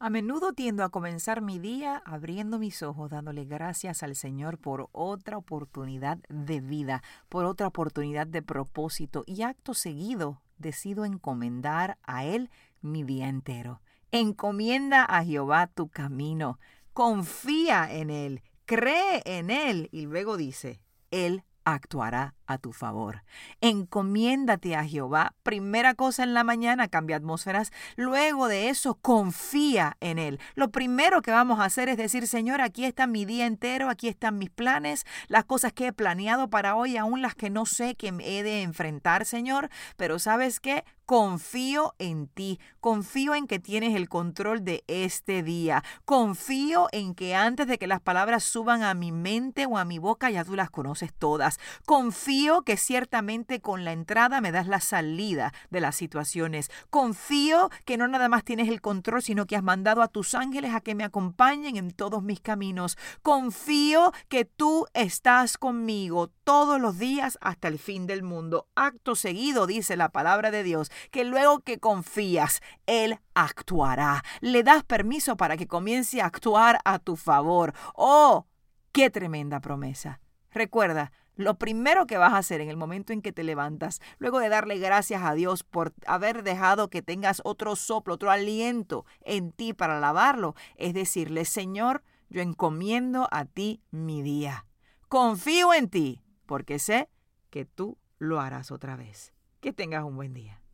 A menudo tiendo a comenzar mi día abriendo mis ojos, dándole gracias al Señor por otra oportunidad de vida, por otra oportunidad de propósito y acto seguido decido encomendar a Él mi día entero. Encomienda a Jehová tu camino, confía en Él, cree en Él y luego dice, Él actuará a tu favor. Encomiéndate a Jehová. Primera cosa en la mañana, cambia atmósferas. Luego de eso, confía en Él. Lo primero que vamos a hacer es decir, Señor, aquí está mi día entero, aquí están mis planes, las cosas que he planeado para hoy, aún las que no sé que me he de enfrentar, Señor. Pero ¿sabes qué? Confío en ti, confío en que tienes el control de este día, confío en que antes de que las palabras suban a mi mente o a mi boca ya tú las conoces todas, confío que ciertamente con la entrada me das la salida de las situaciones, confío que no nada más tienes el control sino que has mandado a tus ángeles a que me acompañen en todos mis caminos, confío que tú estás conmigo todos los días hasta el fin del mundo. Acto seguido dice la palabra de Dios que luego que confías, Él actuará. Le das permiso para que comience a actuar a tu favor. ¡Oh, qué tremenda promesa! Recuerda, lo primero que vas a hacer en el momento en que te levantas, luego de darle gracias a Dios por haber dejado que tengas otro soplo, otro aliento en ti para alabarlo, es decirle, Señor, yo encomiendo a ti mi día. Confío en ti, porque sé que tú lo harás otra vez. Que tengas un buen día.